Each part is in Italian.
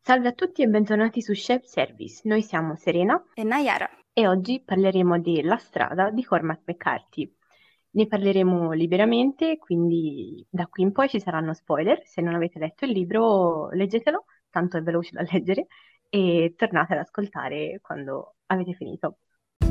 Salve a tutti e bentornati su Chef Service. Noi siamo Serena E Nayara. e oggi parleremo di La strada di Cormac McCarthy. Ne parleremo liberamente, quindi da qui in poi ci saranno spoiler. Se non avete letto il libro, leggetelo, tanto è veloce da leggere, e tornate ad ascoltare quando avete finito.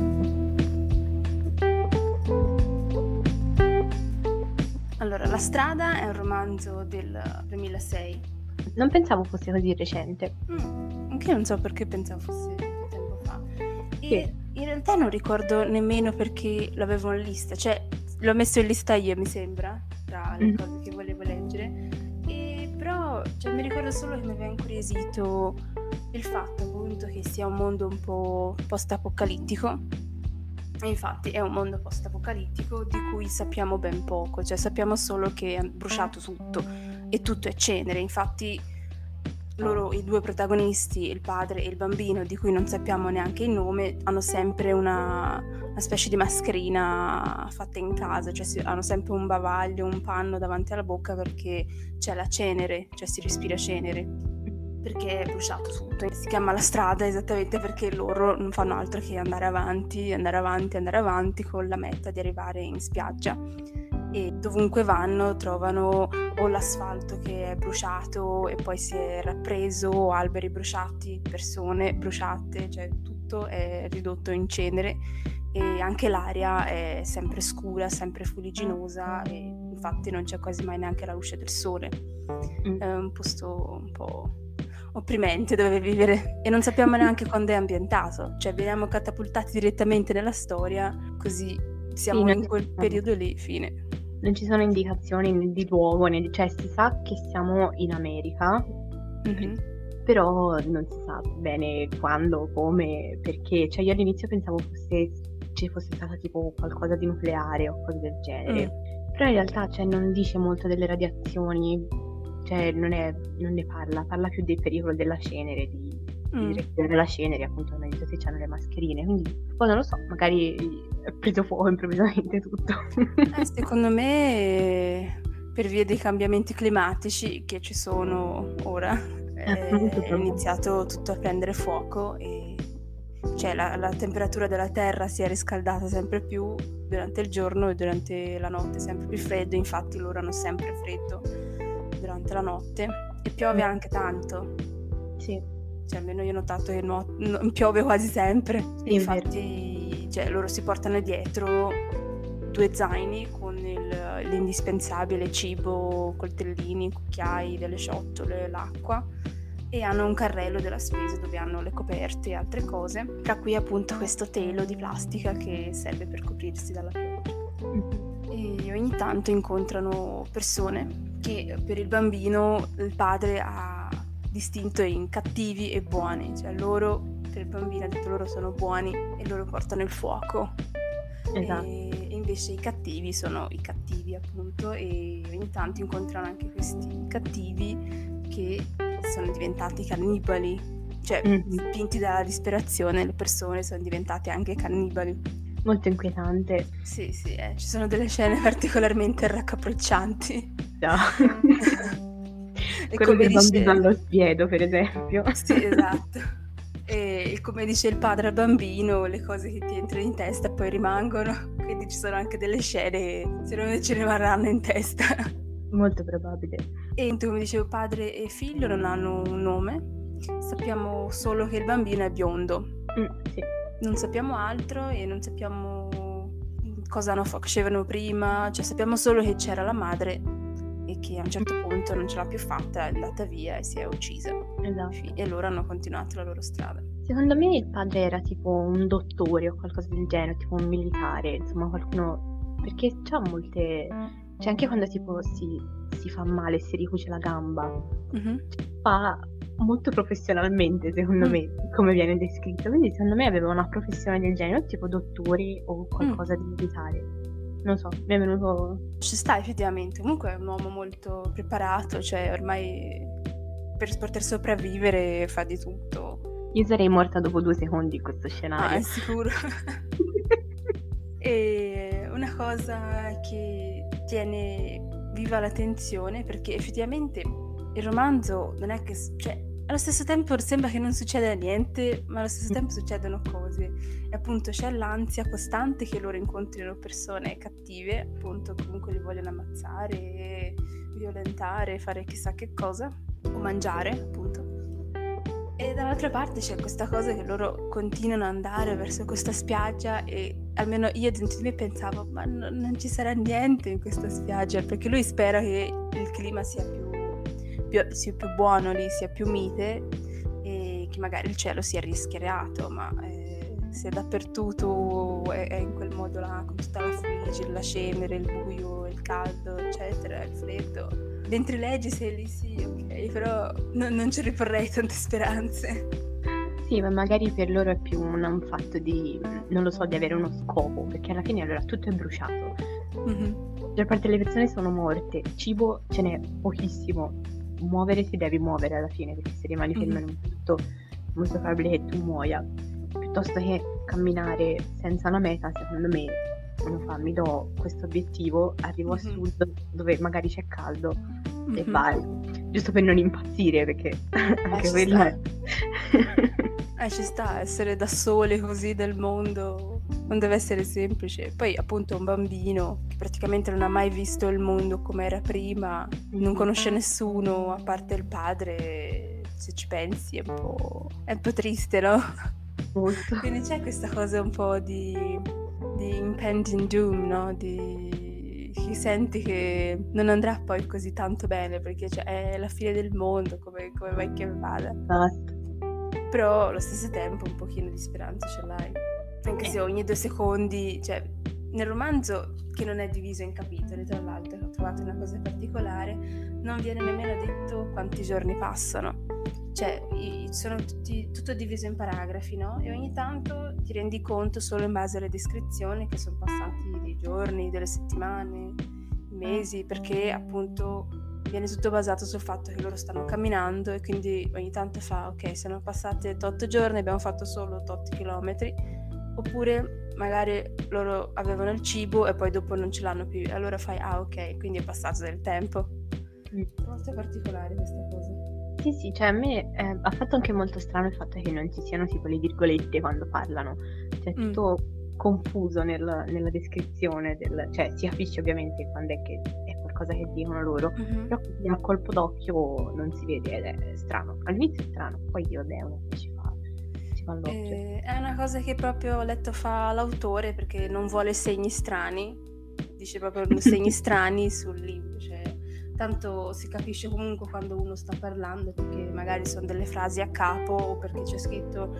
Allora, La strada è un romanzo del 2006. Non pensavo fosse così recente. Anche io non so perché pensavo fosse più tempo fa. Sì. E in realtà non ricordo nemmeno perché l'avevo in lista. Cioè, l'ho messo in lista io, mi sembra, tra le cose che volevo leggere. E però, mi ricordo solo che mi aveva incuriosito il fatto appunto che sia un mondo un po' post-apocalittico. E infatti è un mondo post-apocalittico di cui sappiamo ben poco, cioè sappiamo solo che è bruciato tutto e tutto è cenere. Infatti loro, i due protagonisti, il padre e il bambino, di cui non sappiamo neanche il nome, hanno sempre una specie di mascherina fatta in casa, cioè hanno sempre un bavaglio, un panno davanti alla bocca perché c'è la cenere, cioè si respira cenere. Perché è bruciato tutto. Si chiama La strada esattamente perché loro non fanno altro che andare avanti, andare avanti, andare avanti con la meta di arrivare in spiaggia. E dovunque vanno trovano o l'asfalto che è bruciato e poi si è rappreso, o alberi bruciati, persone bruciate, cioè tutto è ridotto in cenere e anche l'aria è sempre scura, sempre fuligginosa e infatti non c'è quasi mai neanche la luce del sole. È un posto un po' opprimente dove vivere e non sappiamo neanche quando è ambientato, cioè veniamo catapultati direttamente nella storia, così siamo Sì, in quel periodo lì, fine. non ci sono indicazioni né di luogo, cioè si sa che siamo in America, però non si sa bene quando, come, perché. Cioè io all'inizio pensavo ci fosse stata tipo qualcosa di nucleare o cose del genere, però in realtà non dice molto delle radiazioni, cioè non ne parla più del pericolo della cenere, di respirare la cenere, appunto come detto, se c'hanno le mascherine, quindi poi non lo so, magari è preso fuoco improvvisamente tutto. Secondo me per via dei cambiamenti climatici che ci sono ora è iniziato tutto a prendere fuoco e cioè la temperatura della terra si è riscaldata sempre più durante il giorno e durante la notte sempre più freddo, infatti loro hanno sempre freddo durante la notte e piove anche tanto. Sì. Cioè almeno io ho notato che piove quasi sempre, Sì, infatti loro si portano dietro 2 zaini con l'indispensabile cibo, coltellini, cucchiai, delle ciotole, l'acqua e hanno un carrello della spesa dove hanno le coperte e altre cose, tra cui appunto questo telo di plastica che serve per coprirsi dalla pioggia. E ogni tanto incontrano persone che per il bambino il padre ha distinto in cattivi e buoni, cioè loro, per il bambino ha detto loro sono buoni e loro portano il fuoco. Esatto. E invece i cattivi sono i cattivi appunto e ogni tanto incontrano anche questi cattivi che sono diventati cannibali, cioè spinti dalla disperazione le persone sono diventate anche cannibali. Molto inquietante. Sì, ci sono delle scene particolarmente raccapriccianti. Già. E Quello come del bambino dice... allo spiedo, per esempio. Sì, esatto. E come dice il padre al bambino, le cose che ti entrano in testa poi rimangono, quindi ci sono anche delle scene, secondo me ce ne rimarranno in testa. Molto probabile. E come dicevo, padre e figlio non hanno un nome, sappiamo solo che il bambino è biondo. Sì. Non sappiamo altro e non sappiamo cosa facevano prima, cioè sappiamo solo che c'era la madre e che a un certo punto non ce l'ha più fatta, è andata via e si è uccisa. Esatto. E loro hanno continuato la loro strada. Secondo me il padre era tipo un dottore o qualcosa del genere, tipo un militare, insomma qualcuno, perché c'ha molte, cioè anche quando tipo si fa male, si ricuce la gamba, fa molto professionalmente secondo me, come viene descritto, quindi secondo me aveva una professione del genere, tipo dottore o qualcosa di militare, non so, mi è venuto... Ci sta effettivamente, comunque è un uomo molto preparato, cioè ormai per poter sopravvivere fa di tutto. Io sarei morta dopo 2 secondi in questo scenario. È sicuro. E una cosa che tiene viva l'attenzione, perché effettivamente il romanzo non è che, cioè, allo stesso tempo sembra che non succeda niente, ma allo stesso tempo succedono cose. E appunto c'è l'ansia costante che loro incontrino persone cattive, appunto comunque li vogliono ammazzare, violentare, fare chissà che cosa, o mangiare, appunto. E dall'altra parte c'è questa cosa che loro continuano ad andare verso questa spiaggia e almeno io dentro di me pensavo, ma non ci sarà niente in questa spiaggia, perché lui spera che il clima sia più buono lì, sia più mite e che magari il cielo sia rischiarato, ma se dappertutto è in quel modo là, con tutta la fuligine, la cenere, il buio, il caldo, eccetera, il freddo. Dentro leggi sei lì, sì, ok, però non ci riporrei tante speranze. Sì, ma magari per loro è più un fatto di, non lo so, di avere uno scopo, perché alla fine allora tutto è bruciato. La maggior parte delle persone sono morte, cibo ce n'è pochissimo, muovere ti devi muovere alla fine, perché se rimani fermo in un punto è molto probabile che tu muoia. Piuttosto che camminare senza una meta, secondo me uno fa, mi do questo obiettivo, arrivo a sud dove magari c'è caldo e vai, giusto per non impazzire, perché anche quello è... ci sta, essere da sole così del mondo non deve essere semplice. Poi appunto un bambino che praticamente non ha mai visto il mondo come era prima, non conosce nessuno a parte il padre, se ci pensi è un po' triste, no? Molto. Quindi c'è questa cosa un po' di impending doom, no? Che senti che non andrà poi così tanto bene, perché è la fine del mondo, come vai che vada. Esatto. Però allo stesso tempo un pochino di speranza ce l'hai, anche se ogni 2 secondi, cioè nel romanzo, che non è diviso in capitoli, tra l'altro ho trovato una cosa particolare, non viene nemmeno detto quanti giorni passano, cioè sono tutto diviso in paragrafi, no? E ogni tanto ti rendi conto solo in base alle descrizioni che sono passati dei giorni, delle settimane, mesi, perché appunto viene tutto basato sul fatto che loro stanno camminando e quindi ogni tanto fa, ok, sono passati 8 giorni, abbiamo fatto solo 8 chilometri, oppure magari loro avevano il cibo e poi dopo non ce l'hanno più, e allora fai, ok, quindi è passato del tempo. Molto particolare questa cosa. Sì, cioè a me ha fatto anche molto strano il fatto che non ci siano tipo le virgolette quando parlano, cioè tutto confuso nella descrizione cioè si capisce ovviamente quando è che è qualcosa che dicono loro, però così a colpo d'occhio non si vede ed è strano. All'inizio è strano, poi vabbè uno ci fa l'occhio. È una cosa che proprio ho letto fa l'autore, perché non vuole segni strani, dice proprio segni strani sul libro, cioè tanto si capisce comunque quando uno sta parlando, perché magari sono delle frasi a capo o perché c'è scritto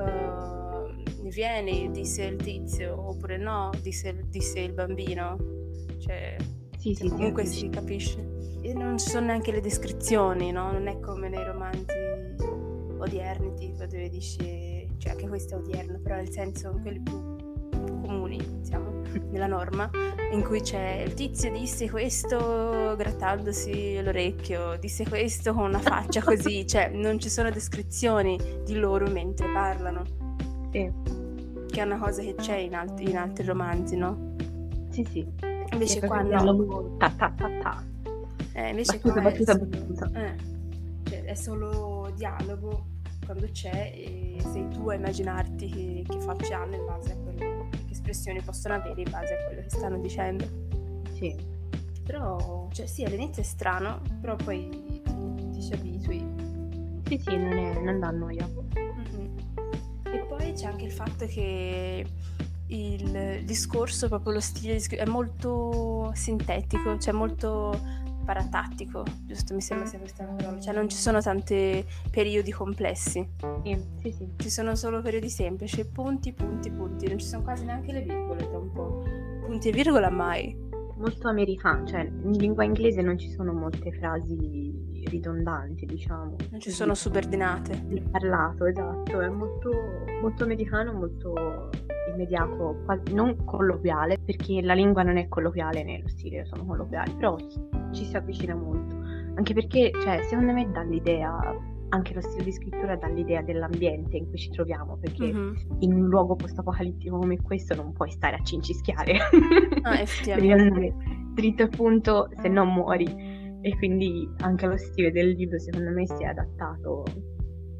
vieni, disse il tizio, oppure no, disse il bambino, cioè comunque si capisce. E non ci sono neanche le descrizioni, no? Non è come nei romanzi odierni, tipo dove dice, cioè anche questo è odierno, però nel senso quelli più comuni, diciamo, nella norma, in cui c'è il tizio disse questo grattandosi l'orecchio, disse questo con una faccia così, cioè non ci sono descrizioni di loro mentre parlano. Sì. Che è una cosa che c'è in altri romanzi, no? Sì. Invece qua no. Invece battuta. Cioè è solo dialogo quando c'è, e sei tu a immaginarti che facce hanno in base a quello, che espressioni possono avere in base a quello che stanno dicendo. Sì. Però, cioè sì, all'inizio è strano, però poi ti ci abitui. Sì, non dà noia. E poi c'è anche il fatto che il discorso, proprio lo stile è molto sintetico, cioè molto paratattico, giusto? Mi sembra sia questa la parola, cioè non ci sono tanti periodi complessi. Sì. Ci sono solo periodi semplici, punti, non ci sono quasi neanche le virgole tra un po'. Punti e virgola mai. Molto americano, cioè in lingua inglese non ci sono molte frasi ridondanti, diciamo. Non ci sono subordinate. Il parlato, esatto, è molto, molto americano, molto immediato, quasi non colloquiale, perché la lingua non è colloquiale nello stile, sono colloquiali, però ci si avvicina molto, anche perché, cioè, secondo me dà l'idea, anche lo stile di scrittura dà l'idea dell'ambiente in cui ci troviamo, perché in un luogo post-apocalittico come questo non puoi stare a cincischiare. Effettivamente. Devi andare dritto al punto, se no muori. E quindi anche lo stile del libro secondo me si è adattato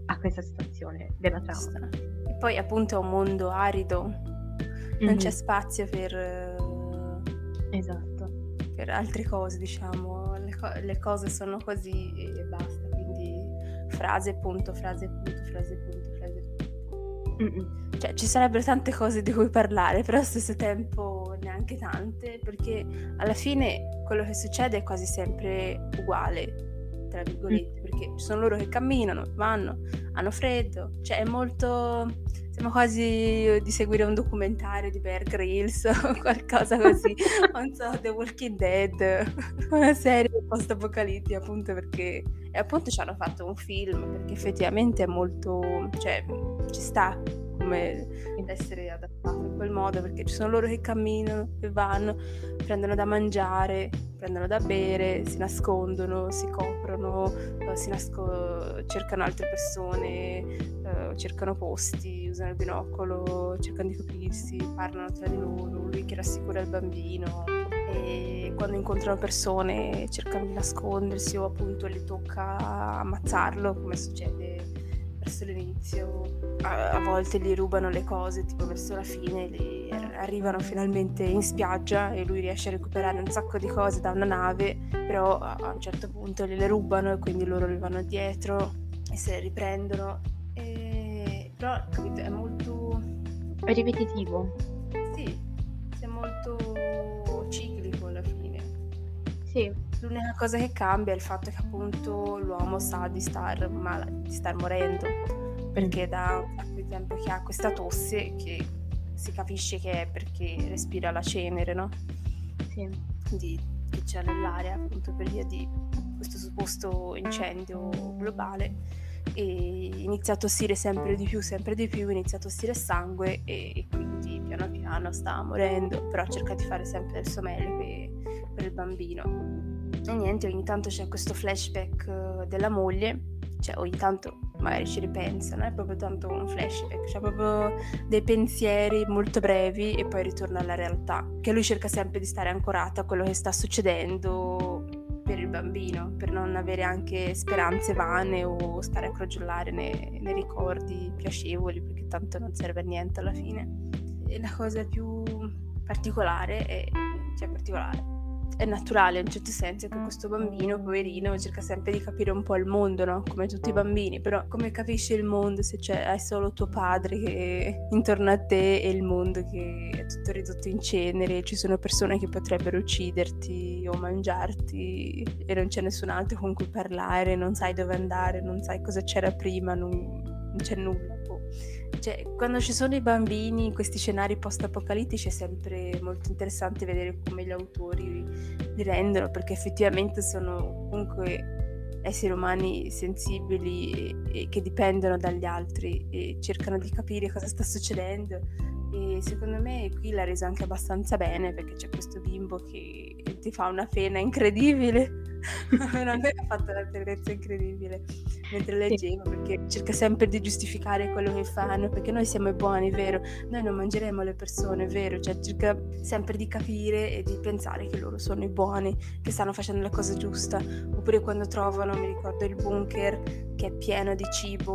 a questa situazione della Ci sta. trama. E poi appunto è un mondo arido, non c'è spazio Esatto. per altre cose, diciamo, le cose sono così e basta, quindi frase, punto, frase, punto, frase, punto, frase, punto. Cioè ci sarebbero tante cose di cui parlare, però allo stesso tempo neanche tante, perché alla fine quello che succede è quasi sempre uguale, tra virgolette, perché ci sono loro che camminano, vanno, hanno freddo, cioè è molto... Sembra quasi di seguire un documentario di Bear Grylls o qualcosa così, non so, The Walking Dead, una serie post-apocalittica, appunto perché... E appunto ci hanno fatto un film, perché effettivamente è molto... cioè ci sta come essere adattato in quel modo, perché ci sono loro che camminano, che vanno, prendono da mangiare, prendono da bere, si nascondono, si coprono, cercano altre persone, cercano posti, usano il binocolo, cercano di coprirsi, parlano tra di loro, lui che rassicura il bambino, e quando incontrano persone cercano di nascondersi o appunto gli tocca ammazzarlo, come succede verso l'inizio. A volte gli rubano le cose, tipo verso la fine arrivano finalmente in spiaggia e lui riesce a recuperare un sacco di cose da una nave, però a un certo punto gliele rubano e quindi loro gli vanno dietro e se le riprendono. Però capito, è molto... È ripetitivo. Sì, è molto ciclico alla fine. Sì. L'unica cosa che cambia è il fatto che appunto l'uomo sa di star morendo, perché da un sacco di tempo che ha questa tosse che si capisce che è perché respira la cenere, no? Sì. Che c'è nell'aria, appunto per via di questo supposto incendio globale, e inizia a tossire sempre di più, inizia a tossire sangue e quindi piano piano sta morendo, però cerca di fare sempre il suo meglio per il bambino. E niente, ogni tanto c'è questo flashback della moglie, cioè ogni tanto magari ci ripensa, non è proprio tanto un flashback, c'è proprio dei pensieri molto brevi e poi ritorna alla realtà, che lui cerca sempre di stare ancorato a quello che sta succedendo per il bambino, per non avere anche speranze vane o stare a crogiolare nei ricordi piacevoli, perché tanto non serve a niente alla fine. E la cosa più particolare è naturale in un certo senso, che questo bambino poverino cerca sempre di capire un po' il mondo, no? Come tutti i bambini, però come capisci il mondo se hai solo tuo padre che intorno a te e il mondo che è tutto ridotto in cenere, ci sono persone che potrebbero ucciderti o mangiarti e non c'è nessun altro con cui parlare, non sai dove andare, non sai cosa c'era prima, non c'è nulla. Cioè, quando ci sono i bambini in questi scenari post-apocalittici è sempre molto interessante vedere come gli autori li rendono, perché effettivamente sono comunque esseri umani sensibili e che dipendono dagli altri e cercano di capire cosa sta succedendo, e secondo me qui l'ha reso anche abbastanza bene, perché c'è questo bimbo che ti fa una pena incredibile. A me ha fatto una tenerezza incredibile mentre leggevo, perché cerca sempre di giustificare quello che fanno, perché noi siamo i buoni, vero? Noi non mangeremo le persone, vero? Cioè cerca sempre di capire e di pensare che loro sono i buoni, che stanno facendo la cosa giusta. Oppure quando trovano, mi ricordo, il bunker che è pieno di cibo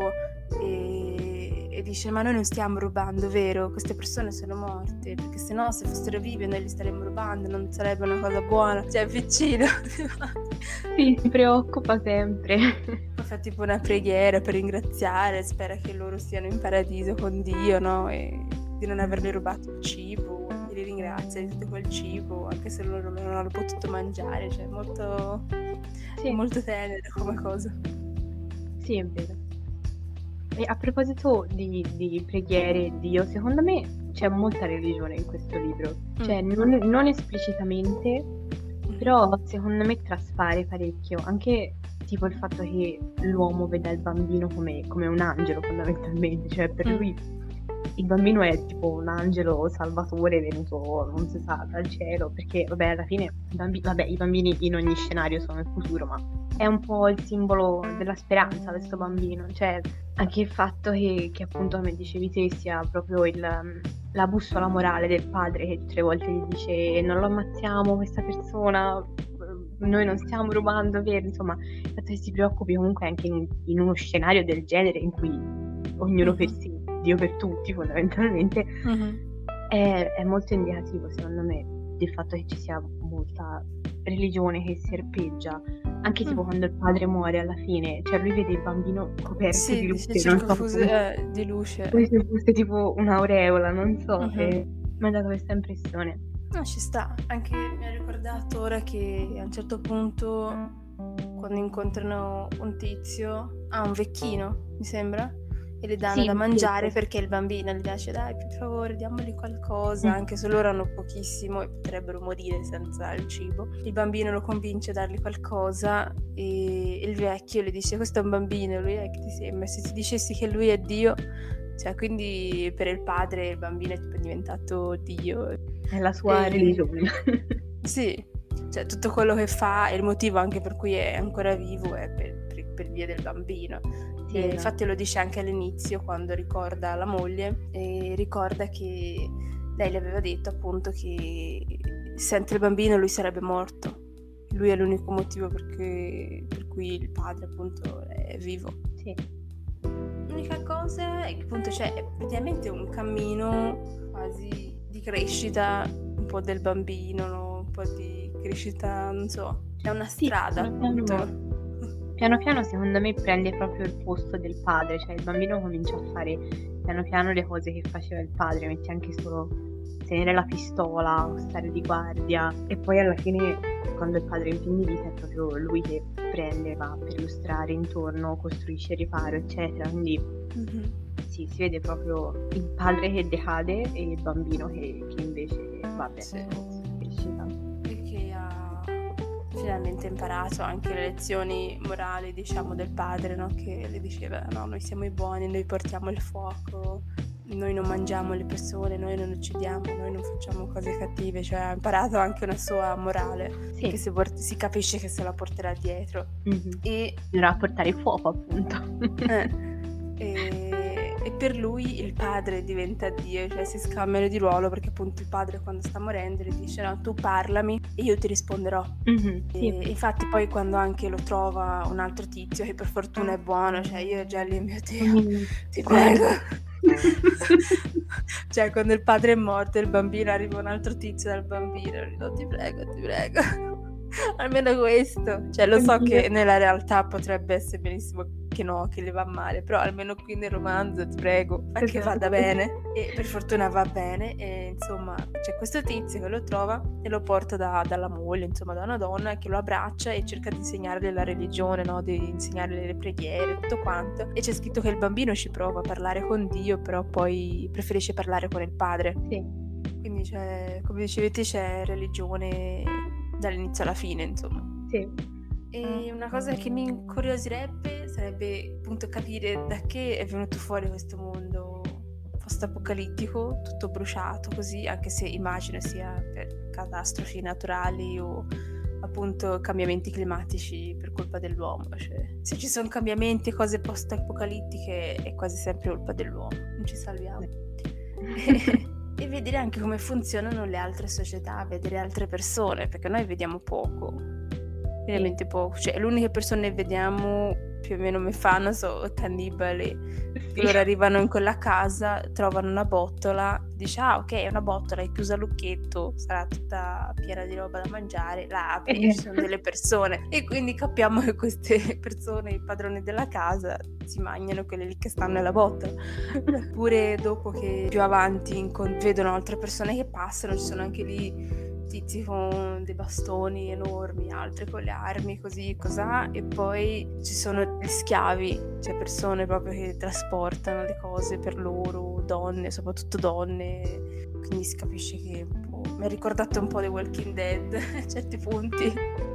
e dice: ma noi non stiamo rubando, vero? Queste persone sono morte, perché sennò se fossero vive noi li staremmo rubando, non sarebbe una cosa buona. Cioè piccino sì, si preoccupa sempre. Fa tipo una preghiera per ringraziare, spera che loro stiano in paradiso con Dio, no? E di non averle rubato il cibo, li ringrazia di tutto quel cibo, anche se loro non hanno potuto mangiare. Cioè molto, sì, molto tenera come cosa. Sì, è vero. E a proposito di preghiere e Dio, secondo me c'è molta religione in questo libro, cioè non esplicitamente, però secondo me traspare parecchio, anche tipo il fatto che l'uomo veda il bambino come un angelo fondamentalmente, cioè per lui il bambino è tipo un angelo salvatore venuto non si sa dal cielo, perché vabbè alla fine i bambini in ogni scenario sono il futuro, ma è un po' il simbolo della speranza questo bambino, cioè anche il fatto che appunto, come dicevi te, sia proprio la bussola morale del padre che 3 volte gli dice: non lo ammazziamo questa persona, noi non stiamo rubando per, insomma, il fatto che si preoccupi comunque anche in uno scenario del genere in cui ognuno per sé, Dio per tutti fondamentalmente, è molto indicativo secondo me del fatto che ci sia molta religione che serpeggia, anche tipo quando il padre muore alla fine, cioè lui vede il bambino coperto di luce, non so come, di luce. come se fosse tipo un'aureola, non so, e mi ha dato questa impressione. No, ci sta, anche mi ha ricordato ora che a un certo punto quando incontrano un tizio, un vecchino mi sembra, e le danno da mangiare perché il bambino gli dice dai per favore diamogli qualcosa, anche se loro hanno pochissimo e potrebbero morire senza il cibo. Il bambino lo convince a dargli qualcosa e il vecchio le dice questo è un bambino, lui è che ti sembra, se ti dicessi che lui è Dio, cioè quindi per il padre il bambino è tipo diventato Dio, è la sua religione. Sì, cioè tutto quello che fa e il motivo anche per cui è ancora vivo è per via del bambino. E infatti lo dice anche all'inizio quando ricorda la moglie e ricorda che lei le aveva detto appunto che senza il bambino lui sarebbe morto. Lui è l'unico motivo per cui il padre appunto è vivo. Sì. L'unica cosa è che appunto c'è praticamente un cammino quasi di crescita un po' del bambino, no? Un po' di crescita, non so, è una strada appunto. Piano piano secondo me prende proprio il posto del padre, cioè il bambino comincia a fare piano piano le cose che faceva il padre, metti anche solo tenere la pistola o stare di guardia, e poi alla fine quando il padre è in fin di vita è proprio lui che prende, va per illustrare intorno, costruisce il riparo eccetera, quindi sì, si vede proprio il padre che decade e il bambino che invece va bene, crescita. Perché ha finalmente imparato anche le lezioni morali, diciamo, del padre, no? Che le diceva no, noi siamo i buoni, noi portiamo il fuoco, noi non mangiamo le persone, noi non uccidiamo, noi non facciamo cose cattive, cioè ha imparato anche una sua morale, che si capisce che se la porterà dietro. E dovrà portare il fuoco appunto. E per lui il padre diventa Dio, cioè si scambiano di ruolo, perché appunto il padre quando sta morendo gli dice no, tu parlami e io ti risponderò. E infatti poi quando anche lo trova un altro tizio che per fortuna è buono, cioè io già lì mio Dio, ti prego. Cioè quando il padre è morto e il bambino, arriva un altro tizio dal bambino e gli dico ti prego almeno questo, cioè lo so che nella realtà potrebbe essere benissimo che no, che le va male, però almeno qui nel romanzo ti prego fa che vada bene, e per fortuna va bene. E insomma c'è questo tizio che lo trova e lo porta dalla moglie, insomma da una donna che lo abbraccia e cerca di insegnarle la religione, no? Di insegnarle le preghiere, tutto quanto, e c'è scritto che il bambino ci prova a parlare con Dio, però poi preferisce parlare con il padre. Quindi c'è, come dicevi te, c'è religione dall'inizio alla fine, insomma. E una cosa che mi incuriosirebbe sarebbe appunto capire da che è venuto fuori questo mondo post-apocalittico, tutto bruciato così, anche se immagino sia per catastrofi naturali o appunto cambiamenti climatici per colpa dell'uomo. Cioè, se ci sono cambiamenti e cose post-apocalittiche è quasi sempre colpa dell'uomo, non ci salviamo. E vedere anche come funzionano le altre società, vedere altre persone, perché noi vediamo poco, veramente poco, cioè le uniche persone che vediamo più o meno mi fanno sono cannibali. Loro arrivano in quella casa, trovano una botola, dice ok è una botola, è chiusa a lucchetto, sarà tutta piena di roba da mangiare, la apri e ci sono delle persone, e quindi capiamo che queste persone, i padroni della casa, si mangiano quelle lì che stanno nella botola. Oppure dopo che più avanti vedono altre persone che passano, ci sono anche lì tizi con dei bastoni enormi, altri con le armi, così, e poi ci sono gli schiavi, cioè persone proprio che trasportano le cose per loro, donne, soprattutto donne, quindi si capisce che mi ha ricordato un po' The Walking Dead a certi punti.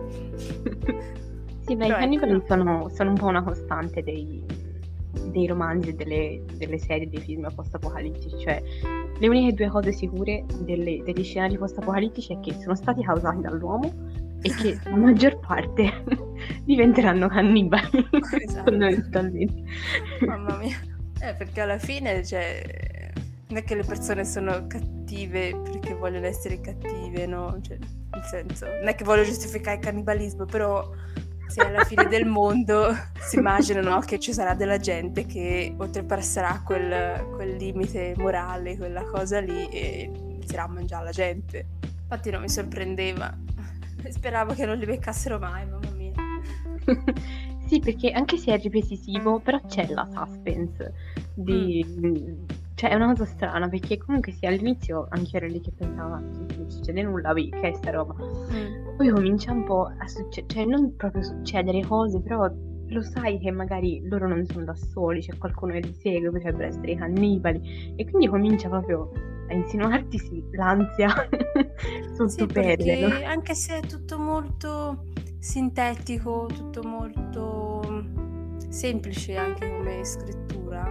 Sì, beh, i cannibali sono un po' una costante dei romanzi, delle serie, dei film post-apocalittici, cioè le uniche due cose sicure degli scenari post-apocalittici è che sono stati causati dall'uomo e che la maggior parte diventeranno cannibali. Fondamentalmente. Mamma mia, perché alla fine non è che le persone sono cattive perché vogliono essere cattive, no? Cioè, nel senso, non è che voglio giustificare il cannibalismo, però se alla fine del mondo si immaginano che ci sarà della gente che oltrepasserà quel limite morale, quella cosa lì, e inizierà a mangiare la gente. Infatti non mi sorprendeva, speravo che non li beccassero mai, mamma mia. Sì, perché anche se è ripetitivo, però c'è la suspense cioè è una cosa strana, perché comunque sì, all'inizio anche ero lì che pensavo, non succede nulla, che è sta roba. Poi comincia un po' a succedere, cioè non proprio succedere cose, però lo sai che magari loro non sono da soli, c'è qualcuno che li segue, potrebbero essere i cannibali, e quindi comincia proprio a insinuarti l'ansia sotto Sì, pelle, perché no? anche se è tutto molto sintetico, tutto molto semplice anche come scrittura,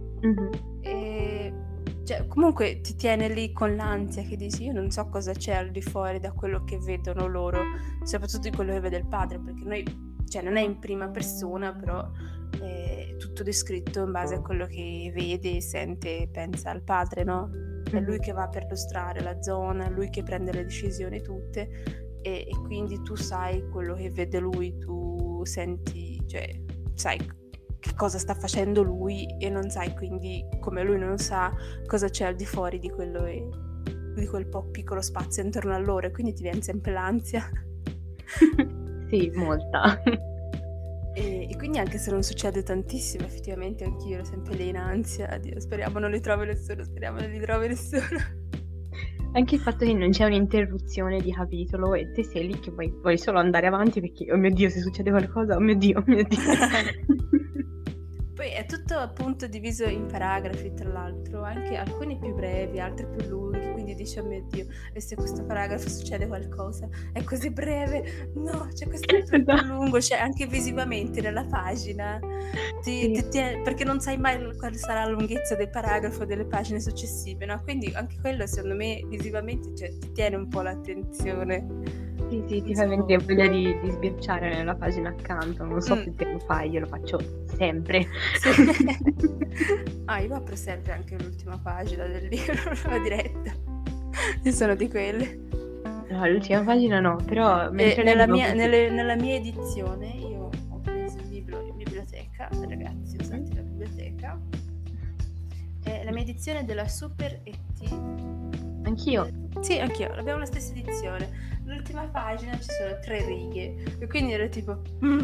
e cioè, comunque ti tiene lì con l'ansia che dici io non so cosa c'è al di fuori da quello che vedono loro, soprattutto di quello che vede il padre, perché noi, cioè non è in prima persona, però è tutto descritto in base a quello che vede, sente, pensa al padre, no? È lui che va a perlustrare la zona, è lui che prende le decisioni tutte, e quindi tu sai quello che vede lui, tu senti, cioè sai che cosa sta facendo lui, e non sai quindi, come lui non sa, cosa c'è al di fuori di quello di quel po' piccolo spazio intorno a loro, e quindi ti viene sempre l'ansia. Sì, molta. E quindi anche se non succede tantissimo, effettivamente anch'io ero sempre lì in ansia, Dio, speriamo non li trovi nessuno, speriamo non li trovi nessuno. Anche il fatto che non c'è un'interruzione di capitolo e te sei lì che vuoi solo andare avanti perché, oh mio Dio, se succede qualcosa, oh mio Dio, oh mio Dio. Poi è tutto appunto diviso in paragrafi, tra l'altro, anche alcuni più brevi, altri più lunghi, quindi dici oh mio Dio, e se questo paragrafo succede qualcosa, è così breve, no, c'è quest'altro più lungo, cioè anche visivamente nella pagina, perché non sai mai quale sarà la lunghezza del paragrafo delle pagine successive, no? Quindi anche quello secondo me visivamente, cioè, ti tiene un po' l'attenzione. Sì, ti fa venire voglia di sbirciare nella pagina accanto, non so se te lo fai, io lo faccio sempre. Sì. Io apro sempre anche l'ultima pagina del libro, la diretta. Io sono di quelle. No, l'ultima pagina no, però mentre nella mia edizione io ho preso il libro in biblioteca, ragazzi, usate la biblioteca. La mia edizione è della Super ET. Anch'io. Sì, anch'io, abbiamo la stessa edizione. L'ultima pagina ci sono 3 righe, e quindi ero tipo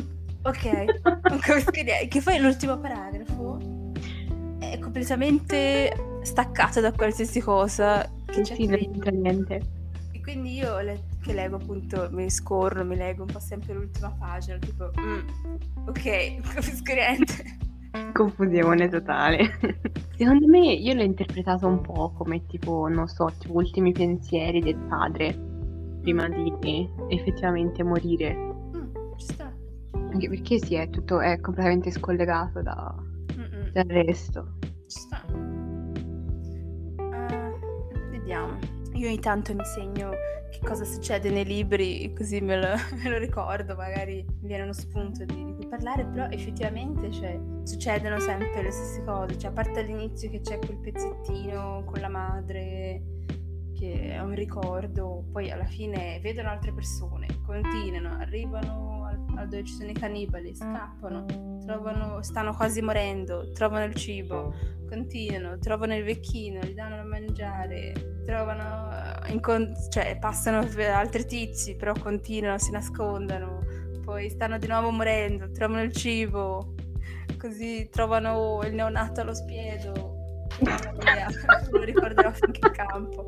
ok, che poi l'ultimo paragrafo è completamente staccato da qualsiasi cosa che c'è non c'entra niente. E quindi io che leggo appunto, mi leggo un po' sempre l'ultima pagina, tipo ok, capisco niente. Confusione totale. Secondo me io l'ho interpretato un po' come tipo, non so, tipo ultimi pensieri del padre prima di effettivamente morire. Ci sta. Anche perché sì, è completamente scollegato dal resto. Ci sta. Vediamo. Io ogni tanto mi segno che cosa succede nei libri, così me lo ricordo, magari mi viene uno spunto di cui parlare, però effettivamente succedono sempre le stesse cose, cioè a parte all'inizio che c'è quel pezzettino con la madre che è un ricordo, poi alla fine vedono altre persone, continuano, arrivano dove ci sono i cannibali, scappano, stanno quasi morendo, trovano il cibo, continuano, trovano il vecchino, gli danno da mangiare, passano per altri tizi, però continuano, si nascondono, poi stanno di nuovo morendo, trovano il cibo, così trovano il neonato allo spiedo. Non lo ricorderò finché campo.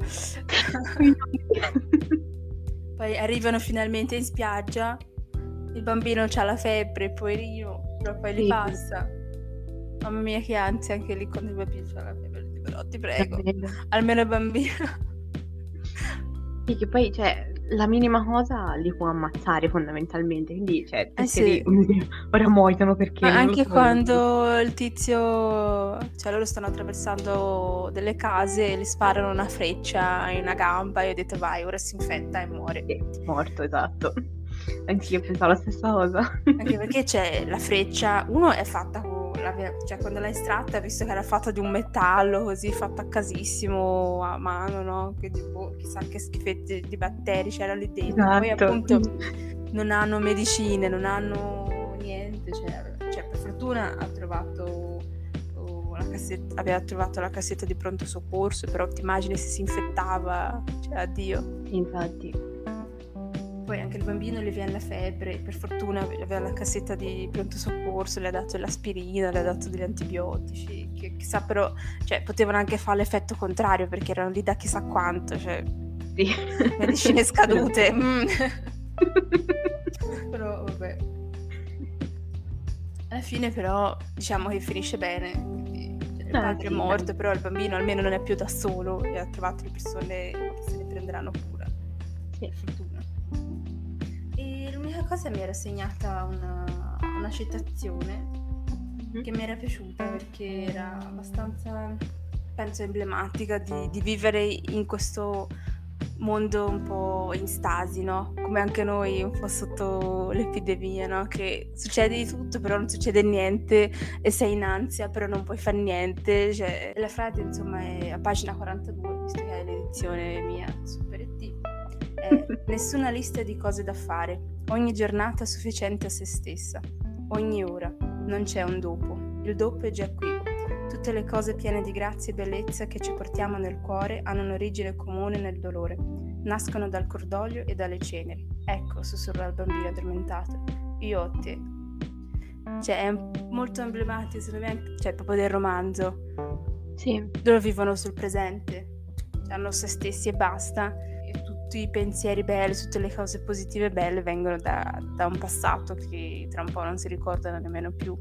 Poi arrivano finalmente in spiaggia, il bambino c'ha la febbre, poverino, però poi li passa. Mamma mia che ansia anche lì quando il bambino c'ha la febbre, però ti prego, almeno il bambino. Sì, che poi la minima cosa li può ammazzare fondamentalmente, quindi sì. Ora muoiono perché ma anche quando il tizio, loro stanno attraversando delle case e gli sparano una freccia in una gamba e ho detto vai, ora si infetta e muore. È morto, esatto. Anch'io pensavo la stessa cosa. Anche perché c'è la freccia, uno è fatta con cioè quando l'ha estratta, visto che era fatta di un metallo così, fatta a casissimo, a mano, no? Quindi chissà che schifetti di batteri c'erano lì dentro. Poi Esatto. appunto non hanno medicine, non hanno niente, cioè per fortuna ha trovato aveva trovato la cassetta di pronto soccorso, però ti immagini se si infettava, cioè addio. Sì, infatti. Poi anche il bambino gli viene la febbre, per fortuna aveva la cassetta di pronto soccorso, le ha dato l'aspirina, le ha dato degli antibiotici, che chissà, però, cioè, potevano anche fare l'effetto contrario, perché erano lì da chissà quanto, cioè, Sì. medicine scadute. Però, vabbè. Alla fine, però, diciamo che finisce bene, quindi, cioè, il padre è morto, però il bambino almeno non è più da solo e ha trovato le persone che se ne prenderanno cura. Sì. Per fortuna. E l'unica cosa mi era segnata una citazione che mi era piaciuta, perché era abbastanza, penso, emblematica di vivere in questo mondo un po' in stasi, no? Come anche noi un po' sotto l'epidemia, no? Che succede di tutto, però non succede niente, e sei in ansia, però non puoi fare niente. Cioè, la frase, insomma, è a pagina 42, visto che è l'edizione mia Super ET. Nessuna lista di cose da fare, ogni giornata sufficiente a se stessa, ogni ora, non c'è un dopo, il dopo è già qui. Tutte le cose piene di grazia e bellezza che ci portiamo nel cuore hanno un'origine comune nel dolore, nascono dal cordoglio e dalle ceneri. Ecco, sussurra il bambino addormentato, io ho te. Cioè, è molto emblematico, secondo me, cioè, proprio del romanzo. Sì. Loro vivono sul presente, hanno se stessi e basta. Tutti i pensieri belli, tutte le cose positive e belle vengono da un passato che tra un po' non si ricordano nemmeno più.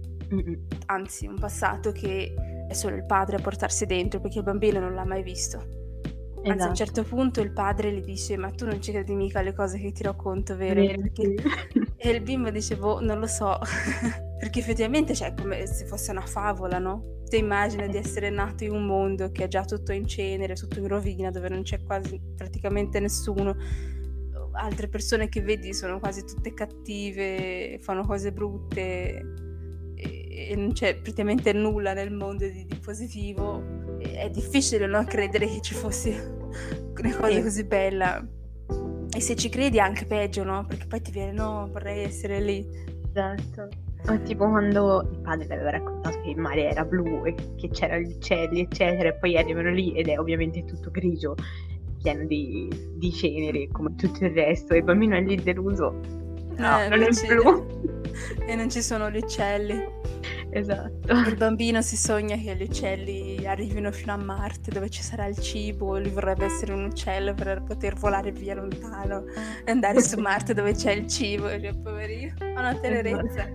Anzi, un passato che è solo il padre a portarsi dentro, perché il bambino non l'ha mai visto. Anzi, a un certo punto il padre gli dice: ma tu non ci credi mica alle cose che ti racconto, vero? E il bimbo dice: boh, non lo so. Perché effettivamente c'è come se fosse una favola, no? Ti immagini di essere nato in un mondo che è già tutto in cenere, tutto in rovina, dove non c'è quasi praticamente nessuno. Altre persone che vedi sono quasi tutte cattive, fanno cose brutte e non c'è praticamente nulla nel mondo di positivo. È difficile, no, credere che ci fosse una cosa così bella. E se ci credi è anche peggio, no? Perché poi ti viene: no, vorrei essere lì. Esatto. O tipo quando il padre le aveva raccontato che il mare era blu e che c'erano gli uccelli, eccetera, e poi arrivano lì ed è ovviamente tutto grigio, pieno di cenere come tutto il resto, e il bambino è lì deluso. No, non è blu. E non ci sono gli uccelli. Esatto. Il bambino si sogna che gli uccelli arrivino fino a Marte, dove ci sarà il cibo, lui vorrebbe essere un uccello per poter volare via lontano e andare su Marte dove c'è il cibo. Cioè, poverino, ha una tenerezza.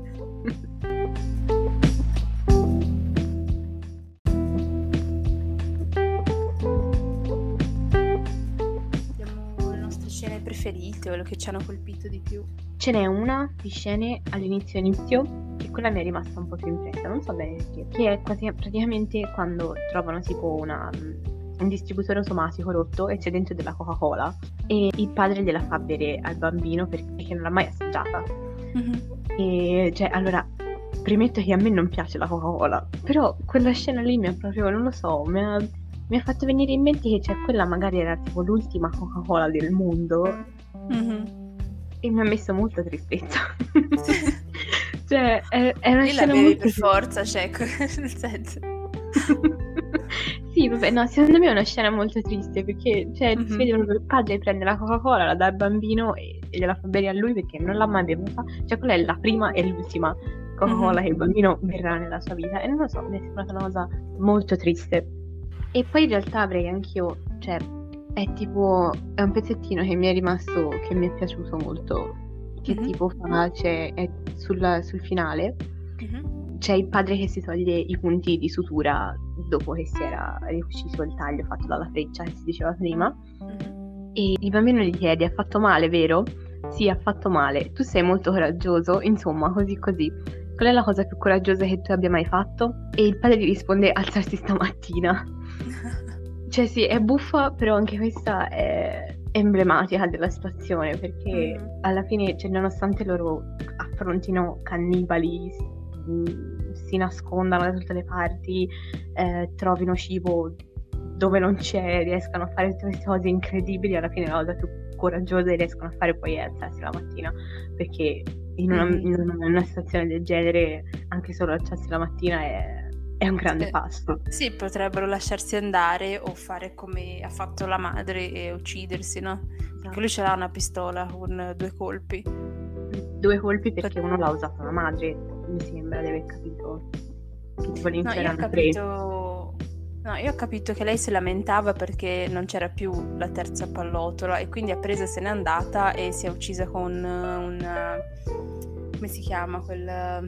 Abbiamo le nostre scene preferite, quello che ci hanno colpito di più. Ce n'è una di scene all'inizio, che quella mi è rimasta un po' più impressa, non so bene perché, che è quasi praticamente quando trovano tipo un distributore automatico rotto e c'è dentro della Coca-Cola e il padre gliela fa bere al bambino perché non l'ha mai assaggiata. E cioè, allora, premetto che a me non piace la Coca-Cola, però quella scena lì mi ha proprio, non lo so, mi ha fatto venire in mente che quella magari era tipo l'ultima Coca-Cola del mondo. E mi ha messo molta tristezza. Cioè è una io scena la bevi molto per forza, cioè, nel senso. Sì, vabbè, no, secondo me è una scena molto triste perché si vede proprio il padre prende la Coca-Cola, la dà al bambino e gliela fa bere a lui perché non l'ha mai bevuta. Cioè quella è la prima e l'ultima Coca-Cola che il bambino berrà nella sua vita, e non lo so, mi è sembrata una cosa molto triste. E poi in realtà avrei anch'io, cioè è un pezzettino che mi è rimasto, che mi è piaciuto molto, che tipo è sul finale c'è il padre che si toglie i punti di sutura dopo che si era riuscito il taglio fatto dalla freccia che si diceva prima, e il bambino gli chiede: ha fatto male, vero? Sì, ha fatto male, tu sei molto coraggioso, insomma, così. Qual è la cosa più coraggiosa che tu abbia mai fatto? E il padre gli risponde: alzarsi stamattina. Cioè sì, è buffa, però anche questa è emblematica della situazione, perché alla fine, cioè, nonostante loro affrontino cannibali, si nascondano da tutte le parti, trovino cibo dove non c'è, riescano a fare tutte queste cose incredibili. Alla fine la cosa più coraggiosa che riescono a fare poi è alzarsi la mattina, perché in una situazione del genere anche solo alzarsi la mattina è un grande passo. Sì, potrebbero lasciarsi andare o fare come ha fatto la madre e uccidersi, no? Perché lui ce l'ha una pistola con 2 colpi. 2 colpi perché uno l'ha usato la madre, mi sembra di aver capito. Che tipo all'inizio erano 3. No, io ho capito che lei si lamentava perché non c'era più la terza pallottola e quindi ha preso e se n'è andata e si è uccisa con come si chiama quel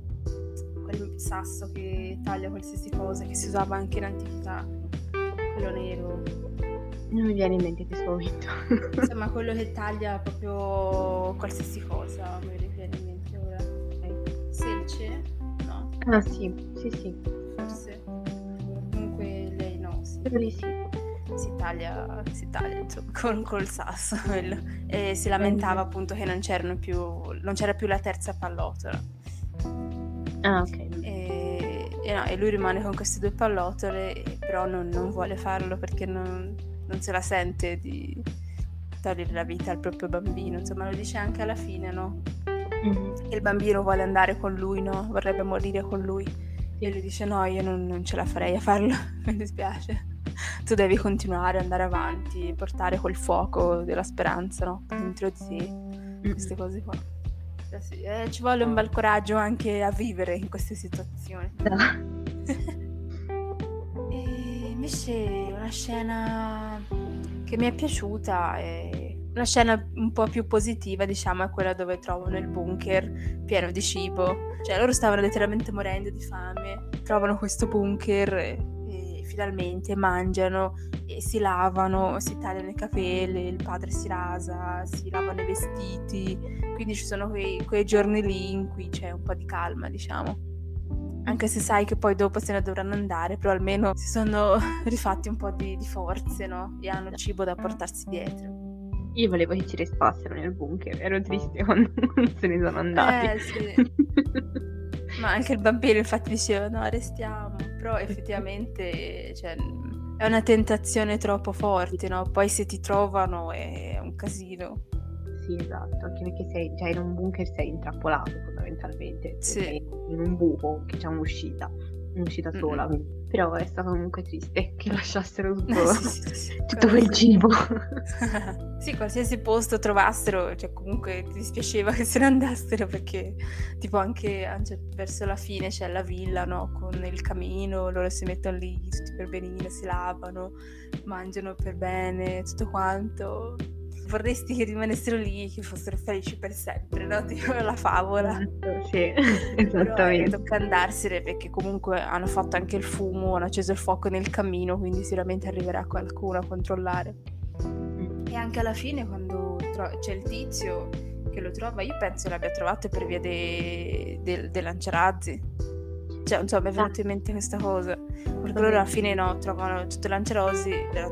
sasso che taglia qualsiasi cosa, che si usava anche in antichità, quello nero. Non mi viene in mente questo momento. Insomma, quello che taglia proprio qualsiasi cosa, non mi viene in mente ora. Selce? No. Ah sì. Forse. Comunque lei no. Si taglia insomma col sasso quello. E si lamentava appunto che non c'era più la terza pallottola. Ah, ok. E lui rimane con queste 2 pallottole, però non vuole farlo perché non se la sente di togliere la vita al proprio bambino. Insomma, lo dice anche alla fine, no? Che il bambino vuole andare con lui, no? Vorrebbe morire con lui. E lui dice no, io non ce la farei a farlo, mi dispiace. Tu devi continuare, andare avanti, portare quel fuoco della speranza, no? Dentro di te, queste cose qua. Sì, ci vuole un bel coraggio anche a vivere in queste situazioni. E invece una scena che mi è piaciuta è una scena un po' più positiva, diciamo, è quella dove trovano il bunker pieno di cibo. Cioè loro stavano letteralmente morendo di fame, trovano questo bunker e finalmente mangiano e si lavano, si tagliano i capelli, il padre si rasa, si lavano i vestiti, quindi ci sono quei giorni lì in cui c'è un po' di calma, diciamo. Anche se sai che poi dopo se ne dovranno andare, però almeno si sono rifatti un po' di forze, no? E hanno il cibo da portarsi dietro. Io volevo che ci restassero nel bunker, ero triste quando se ne sono andati. Sì. Ma anche il bambino infatti diceva no, restiamo, però effettivamente cioè, è una tentazione troppo forte, no? Poi se ti trovano è un casino. Sì, esatto, anche perché sei già in un bunker, sei intrappolato fondamentalmente, sì. Sei in un buco che c'è un'uscita sola, però è stato comunque triste che lasciassero tutto quel cibo. Sì, qualsiasi posto trovassero, cioè comunque ti dispiaceva che se ne andassero perché tipo anche verso la fine c'è la villa, no? Con il camino, loro si mettono lì tutti per benino, si lavano, mangiano per bene, tutto quanto. Vorresti che rimanessero lì, che fossero felici per sempre, no? Tipo la favola. Sì, esattamente. Però tocca andarsene perché comunque hanno fatto anche il fumo, hanno acceso il fuoco nel camino, quindi sicuramente arriverà qualcuno a controllare. E anche alla fine quando c'è il tizio che lo trova, io penso l'abbia trovato per via dei lanciarazzi. Cioè, non so, mi è venuta in mente questa cosa. Perché loro alla fine trovano tutto lanciarazzi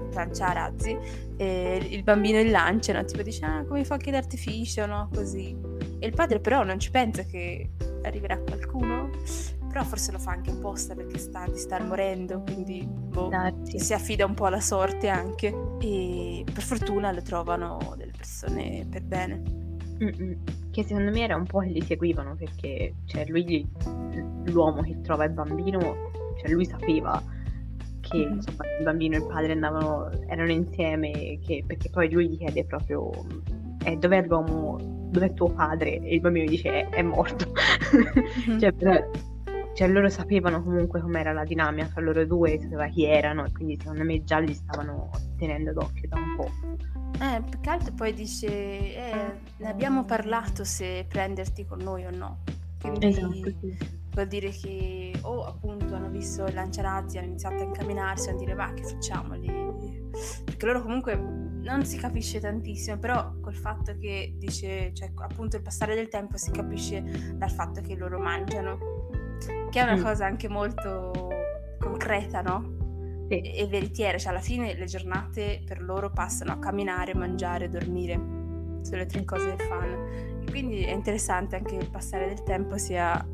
e il bambino li lanciano, tipo dice come i fuochi d'artificio, no? Così. E il padre però non ci pensa che arriverà qualcuno, però forse lo fa anche apposta perché sta di star morendo, quindi si affida un po' alla sorte anche e per fortuna lo trovano delle persone per bene. Che secondo me era un po' che li seguivano perché cioè l'uomo che trova il bambino, cioè lui sapeva che insomma il bambino e il padre erano insieme, perché poi lui gli chiede proprio dov'è l'uomo, dov'è tuo padre, e il bambino dice è morto. Cioè loro sapevano comunque com'era la dinamica tra loro due, sapeva chi erano e quindi secondo me già li stavano tenendo d'occhio da un po'. Più che altro poi dice ne abbiamo parlato se prenderti con noi o no, quindi esatto, sì. Vuol dire che appunto hanno visto il lanciarazzi, hanno iniziato a incamminarsi, a dire ma che facciamo lì, perché loro comunque non si capisce tantissimo, però col fatto che dice, cioè appunto il passare del tempo si capisce dal fatto che loro mangiano, che è una cosa anche molto concreta, no? E veritiera, cioè alla fine le giornate per loro passano a camminare, mangiare, dormire, sono le 3 cose che fanno, e quindi è interessante anche il passare del tempo sia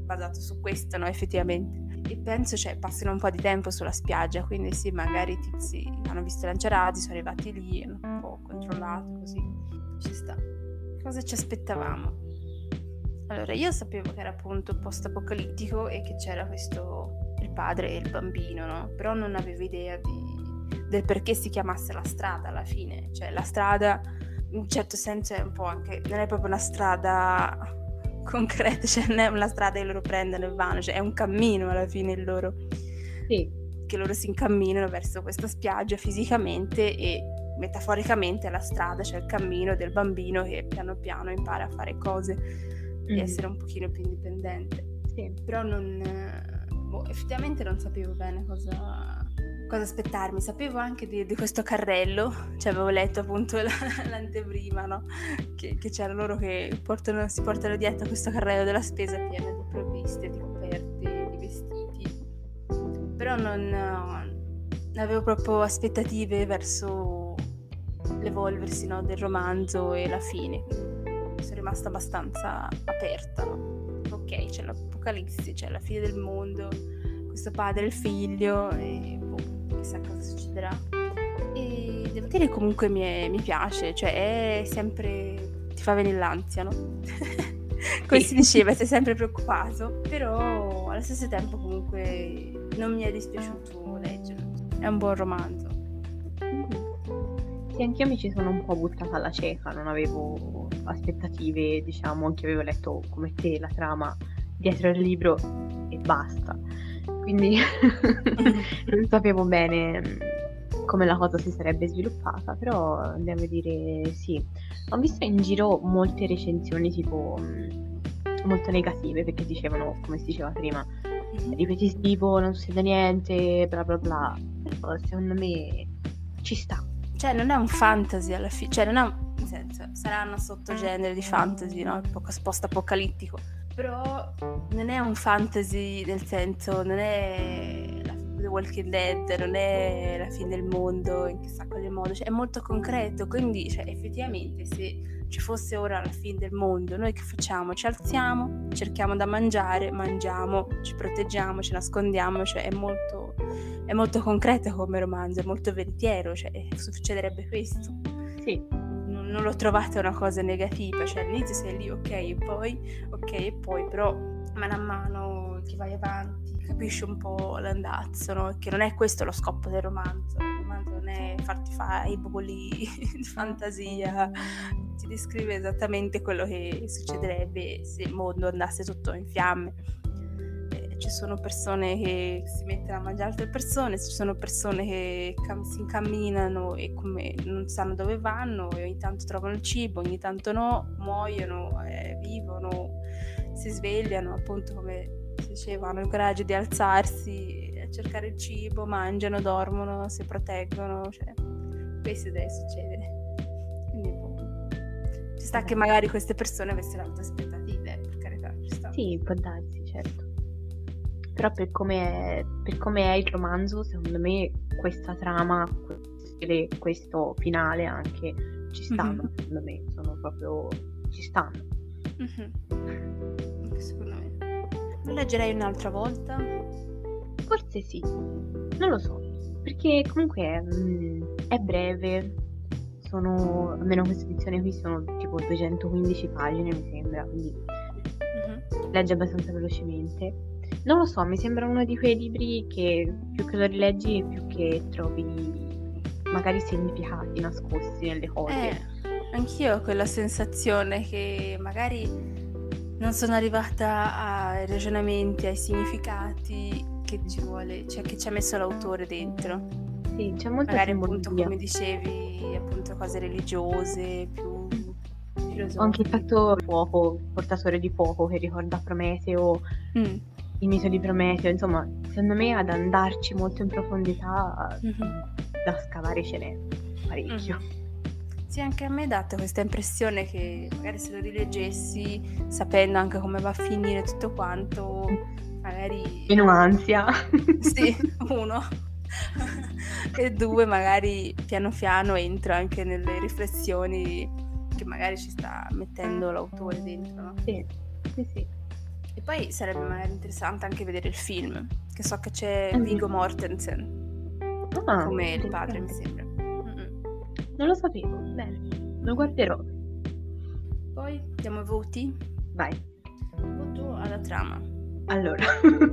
basato su questo, no, effettivamente. E penso, cioè, passino un po' di tempo sulla spiaggia, quindi sì, magari i tizi hanno visto i lanciarati, sono arrivati lì, hanno un po' controllato, così ci sta. Cosa ci aspettavamo? Allora, io sapevo che era appunto post-apocalittico e che c'era il padre e il bambino, no? Però non avevo idea del perché si chiamasse la strada alla fine. Cioè, la strada, in un certo senso, è un po' anche, non è proprio una strada concreta, cioè non è una strada che loro prendono e vanno, cioè è un cammino alla fine il loro. Sì. Che loro si incamminano verso questa spiaggia fisicamente e metaforicamente la strada, cioè il cammino del bambino che piano piano impara a fare cose e essere un pochino più indipendente. Sì. Però effettivamente non sapevo bene cosa aspettarmi. Sapevo anche di questo carrello, cioè avevo letto appunto l'anteprima, no? Che c'era loro che si portano dietro questo carrello della spesa pieno di provviste, di coperte, di vestiti. Però non avevo proprio aspettative verso l'evolversi, no, del romanzo e la fine. Sono rimasta abbastanza aperta, no? Ok, c'è l'apocalisse, c'è la fine del mondo, questo padre e il figlio e chissà cosa succederà. E devo dire comunque mi piace, cioè è sempre, ti fa venire l'ansia, no? Come si diceva, sei sempre preoccupato, però allo stesso tempo comunque non mi è dispiaciuto leggerlo, è un buon romanzo. Sì, anch'io mi ci sono un po' buttata alla cieca, non avevo aspettative, diciamo, anche avevo letto come te la trama dietro il libro e basta. Quindi non sapevo bene come la cosa si sarebbe sviluppata, però devo dire sì. Ho visto in giro molte recensioni tipo molto negative perché dicevano, come si diceva prima, ripetitivo, non succede niente, bla bla bla. Però secondo me ci sta. Cioè non è un fantasy alla fine, cioè non è nel senso, sarà un sottogenere di fantasy, no? Post-apocalittico. Però non è un fantasy nel senso, non è The Walking Dead, non è la fine del mondo in chissà quale modo, cioè è molto concreto, quindi cioè, effettivamente se ci fosse ora la fine del mondo, noi che facciamo? Ci alziamo, cerchiamo da mangiare, mangiamo, ci proteggiamo, ci nascondiamo, cioè è molto concreto come romanzo, è molto veritiero, cioè succederebbe questo. Sì. Non l'ho trovata una cosa negativa, cioè all'inizio sei lì ok e poi però mano a mano che vai avanti capisci un po' l'andazzo, no? Che non è questo lo scopo del romanzo. Il romanzo non è farti fare i voli di fantasia, ti descrive esattamente quello che succederebbe se il mondo andasse tutto in fiamme. Ci sono persone che si mettono a mangiare altre persone, ci sono persone che si incamminano e come non sanno dove vanno e ogni tanto trovano il cibo, ogni tanto no, muoiono, vivono, si svegliano, appunto come si diceva, hanno il coraggio di alzarsi a cercare il cibo, mangiano, dormono, si proteggono, cioè questo deve succedere. Quindi ci sta che magari queste persone avessero altre aspettative, per carità, ci sta. Sì, può darsi, certo. Però per come è il romanzo, secondo me questa trama, questo finale anche ci stanno, secondo me, sono proprio, ci stanno. Secondo me. Lo leggerei un'altra volta? Forse sì, non lo so, perché comunque è breve, sono, almeno questa edizione qui sono tipo 215 pagine mi sembra, quindi legge abbastanza velocemente. Non lo so, mi sembra uno di quei libri che più che lo rileggi più che trovi magari significati nascosti nelle cose. Anch'io ho quella sensazione che magari non sono arrivata ai ragionamenti, ai significati che ci vuole, cioè che ci ha messo l'autore dentro. Sì, c'è molta magari simbologia. Appunto come dicevi, appunto cose religiose, più filosofiche. Ho anche il fatto fuoco, portatore di fuoco che ricorda Prometeo. Il mito di Prometeo, insomma, secondo me ad andarci molto in profondità da scavare ce n'è parecchio. Sì, anche a me è data questa impressione che magari se lo rileggessi sapendo anche come va a finire tutto quanto, magari meno ansia. Sì, uno e due magari piano piano entro anche nelle riflessioni che magari ci sta mettendo l'autore dentro, no? Sì. E poi sarebbe magari interessante anche vedere il film, che so che c'è Viggo Mortensen come il padre, mi sembra. Non lo sapevo, bene, lo guarderò. Poi diamo i voti? Vai. Voto alla trama. Allora,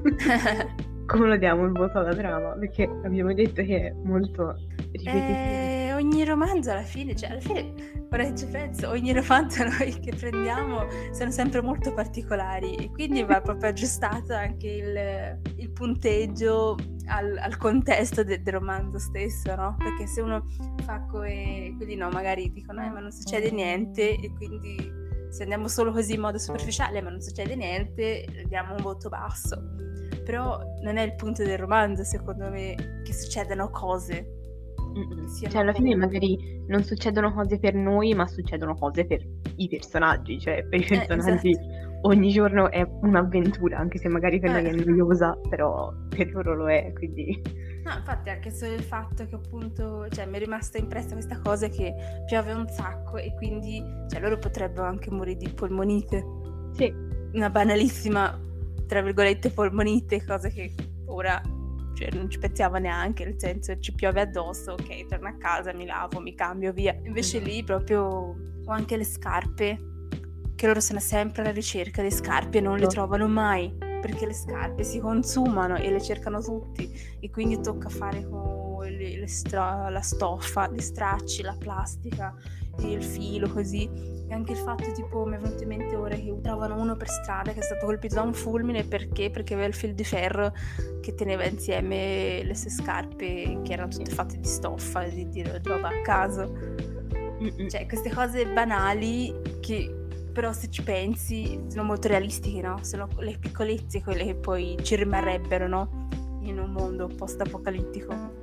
come lo diamo il voto alla trama? Perché abbiamo detto che è molto ripetitivo. Ogni romanzo alla fine, ora ci penso, ogni romanzo noi che prendiamo sono sempre molto particolari e quindi va proprio aggiustato anche il punteggio al contesto del romanzo stesso, no? Perché se uno fa quelli no, magari dicono ma non succede niente e quindi se andiamo solo così in modo superficiale ma non succede niente diamo un voto basso. Però non è il punto del romanzo, secondo me, che succedano cose. Cioè alla fine magari non succedono cose per noi, ma succedono cose per i personaggi, cioè per i personaggi ogni giorno è un'avventura, anche se magari per noi è noiosa, però per loro lo è, quindi... No, infatti anche solo il fatto che appunto, cioè mi è rimasta impressa questa cosa che piove un sacco e quindi, cioè loro potrebbero anche morire di polmonite. Sì. Una banalissima, tra virgolette, polmonite, cosa che ora... Cioè, non ci pensiamo neanche, nel senso ci piove addosso, ok, torno a casa, mi lavo, mi cambio, via. Invece lì proprio ho anche le scarpe, che loro sono sempre alla ricerca di scarpe e non le trovano mai, perché le scarpe si consumano e le cercano tutti e quindi tocca fare con la stoffa, gli stracci, la plastica, il filo, così. E anche il fatto, tipo, mi è venuto in mente ora che trovano uno per strada che è stato colpito da un fulmine perché aveva il fil di ferro che teneva insieme le sue scarpe che erano tutte fatte di stoffa, di roba a caso. Cioè queste cose banali che però se ci pensi sono molto realistiche, no? Sono le piccolezze quelle che poi ci rimarrebbero, no? In un mondo post-apocalittico.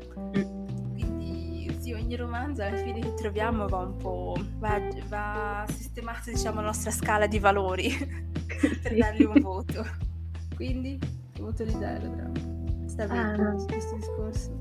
Quindi sì, ogni romanzo alla fine che troviamo va un po'... va sistemato, diciamo, la nostra scala di valori per dargli un voto. Quindi che voto gli dai alla trama? Sta bene questo discorso?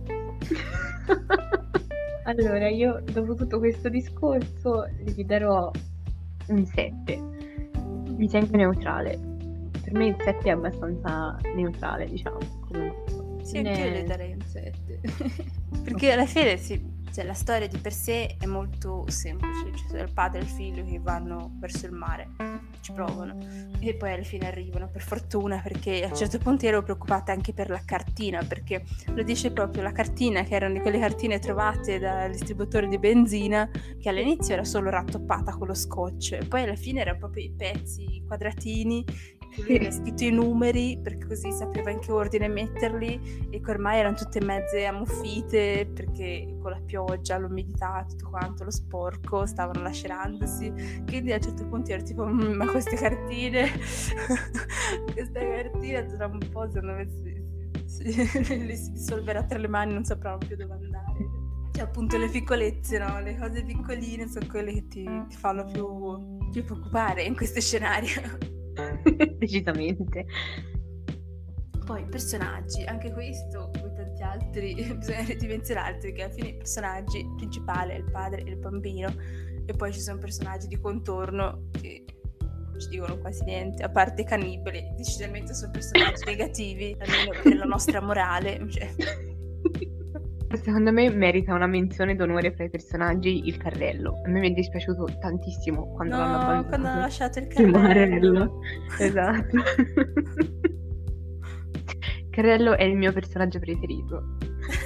Allora, io dopo tutto questo discorso gli darò un 7. Mi sento neutrale. Per me il 7 è abbastanza neutrale, diciamo. Comunque. Sì, anche io le darei un 7. Perché alla fine cioè, la storia di per sé è molto semplice. Cioè, il padre e il figlio che vanno verso il mare, ci provano e poi alla fine arrivano, per fortuna, perché a un certo punto ero preoccupata anche per la cartina, perché lo dice proprio la cartina, che erano di quelle cartine trovate dal distributore di benzina, che all'inizio era solo rattoppata con lo scotch e poi alla fine erano proprio i pezzi, i quadratini, lui aveva scritto i numeri perché così sapeva in che ordine metterli e che ormai erano tutte mezze ammuffite perché con la pioggia, l'umidità, tutto quanto, lo sporco, stavano lacerandosi. Quindi a un certo punto ero tipo ma queste cartine questa cartina tra un po' secondo me si dissolverà tra le mani, non sapranno più dove andare. Cioè appunto le piccolezze, no? Le cose piccoline sono quelle che ti fanno più preoccupare in questo scenario. Decisamente. Poi personaggi, anche questo come tanti altri bisogna ridimensionare, che alla fine i personaggi principali è il padre e il bambino e poi ci sono personaggi di contorno che non ci dicono quasi niente, a parte i cannibali, decisamente sono personaggi negativi, almeno per la nostra morale, cioè. Secondo me merita una menzione d'onore fra i personaggi il carrello. A me mi è dispiaciuto tantissimo quando l'hanno abbandonato. Quando hanno lasciato il carrello. Esatto. Carrello è il mio personaggio preferito.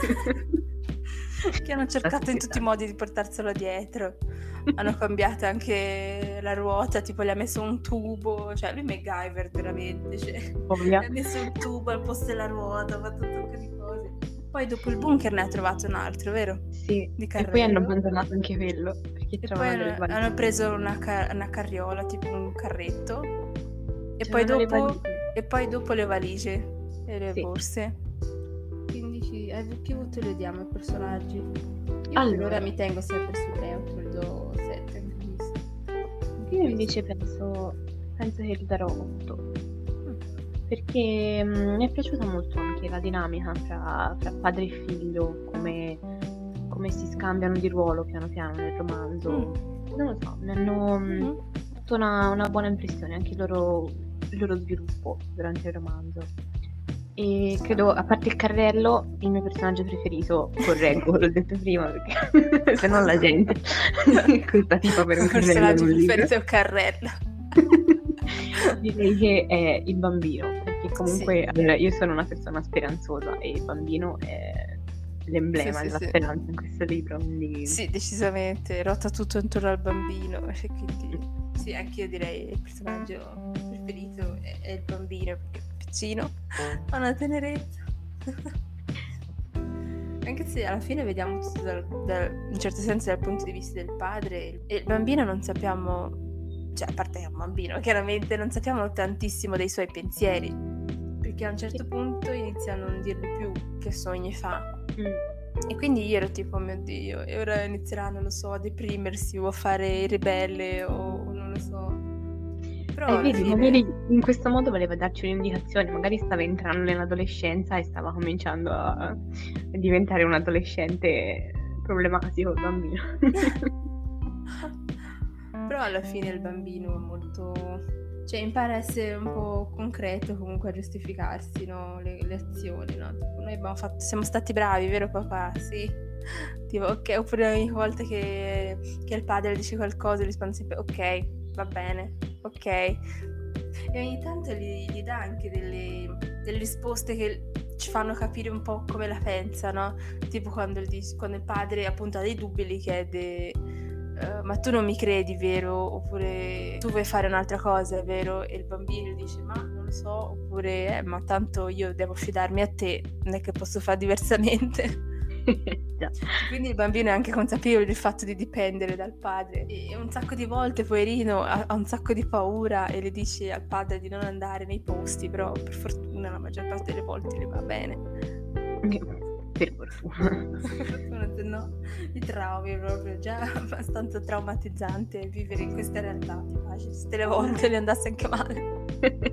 Che hanno cercato in tutti i modi di portarselo dietro. Hanno cambiato anche la ruota, tipo gli ha messo un tubo, cioè lui MacGyver veramente, cioè, gli ha messo un tubo al posto della ruota, ha fatto un sacco di cose. Poi dopo il bunker ne ha trovato un altro, vero? Sì, di e poi hanno abbandonato anche quello. Perché e poi hanno preso una carriola, tipo un carretto. E poi dopo le valigie e le borse. Quindi che voto le diamo ai personaggi? Io allora mi tengo sempre sul neutro, le do 7. Io invece penso che gli darò 8. Perché mi è piaciuta molto anche la dinamica fra padre e figlio, come si scambiano di ruolo piano piano nel romanzo. Non lo so, mi hanno fatto una buona impressione, anche i loro loro sviluppo durante il romanzo. E credo, a parte il carrello, il mio personaggio preferito, correggo, l'ho detto prima perché se no la gente questa tipa per un carrello in un libro. Il personaggio preferito è un carrello. Direi che è il bambino, perché comunque allora, io sono una persona speranzosa e il bambino è l'emblema della speranza in questo libro, quindi... Sì, decisamente, ruota tutto intorno al bambino, e quindi sì, anche io direi il personaggio preferito è il bambino, perché è piccino, ha una tenerezza. Anche se alla fine vediamo tutto in un certo senso dal punto di vista del padre, e il bambino non sappiamo... Cioè, a parte che è un bambino, chiaramente non sappiamo tantissimo dei suoi pensieri, perché a un certo punto inizia a non dirgli più che sogni fa. E quindi io ero tipo, oh mio Dio, e ora inizierà, non lo so, a deprimersi o a fare il ribelle o non lo so. Però vedi, magari in questo modo voleva darci un'indicazione, magari stava entrando nell'adolescenza e stava cominciando a diventare un adolescente problematico, il bambino. Però alla fine il bambino è molto... Cioè impara a essere un po' concreto, comunque a giustificarsi, no? Le azioni, no? Tipo, noi siamo stati bravi, vero papà? Sì. Tipo, ok, oppure ogni volta che il padre dice qualcosa risponde sempre ok, va bene, ok. E ogni tanto gli dà anche delle risposte che ci fanno capire un po' come la pensa, no? Tipo quando il padre appunto ha dei dubbi, gli chiede ma tu non mi credi, vero? Oppure tu vuoi fare un'altra cosa, vero? E il bambino dice ma non lo so, oppure ma tanto io devo fidarmi a te, non è che posso fare diversamente. Quindi il bambino è anche consapevole del fatto di dipendere dal padre, e un sacco di volte poverino ha un sacco di paura e le dice al padre di non andare nei posti, però per fortuna la maggior parte delle volte le va bene. Per fortuna. Se no i traumi, proprio già abbastanza traumatizzante vivere in questa realtà, tutte le volte le andasse anche male.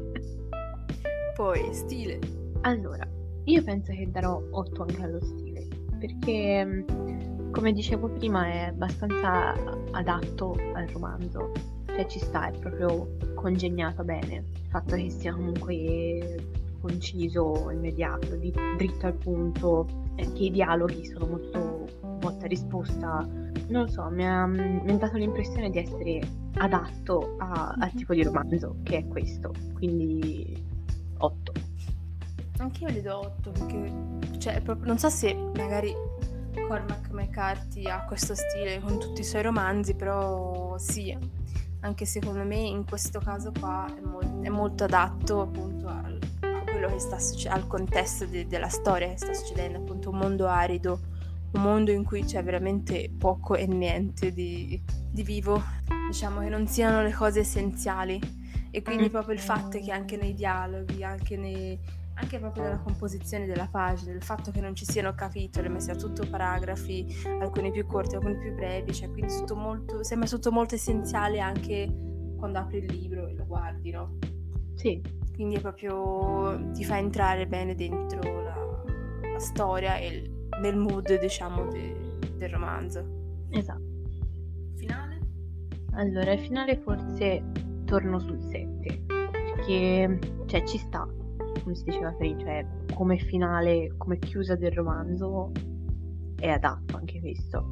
Poi stile, allora io penso che darò 8 anche allo stile, perché come dicevo prima è abbastanza adatto al romanzo, cioè ci sta, è proprio congegnato bene il fatto che sia comunque conciso, immediato, dritto al punto, che i dialoghi sono molto botta e risposta, non lo so, mi ha dato l'impressione di essere adatto al tipo di romanzo che è questo, quindi 8. Anche io le do 8 perché cioè, proprio, non so se magari Cormac McCarthy ha questo stile con tutti i suoi romanzi, però sì, anche secondo me in questo caso qua è molto adatto appunto a quello che sta al contesto della storia che sta succedendo, appunto un mondo arido, un mondo in cui c'è veramente poco e niente di vivo, diciamo che non siano le cose essenziali, e quindi proprio il fatto che anche nei dialoghi, anche proprio dalla composizione della pagina, il fatto che non ci siano capitoli ma sia tutto paragrafi, alcuni più corti, alcuni più brevi, cioè quindi sembra tutto molto essenziale anche quando apri il libro e lo guardi, no? Sì. Quindi è proprio ti fa entrare bene dentro la storia e nel mood, diciamo, del romanzo. Esatto. Finale? Allora, il finale forse torno sul 7, perché cioè ci sta, come si diceva prima, cioè come finale, come chiusa del romanzo è adatto anche questo.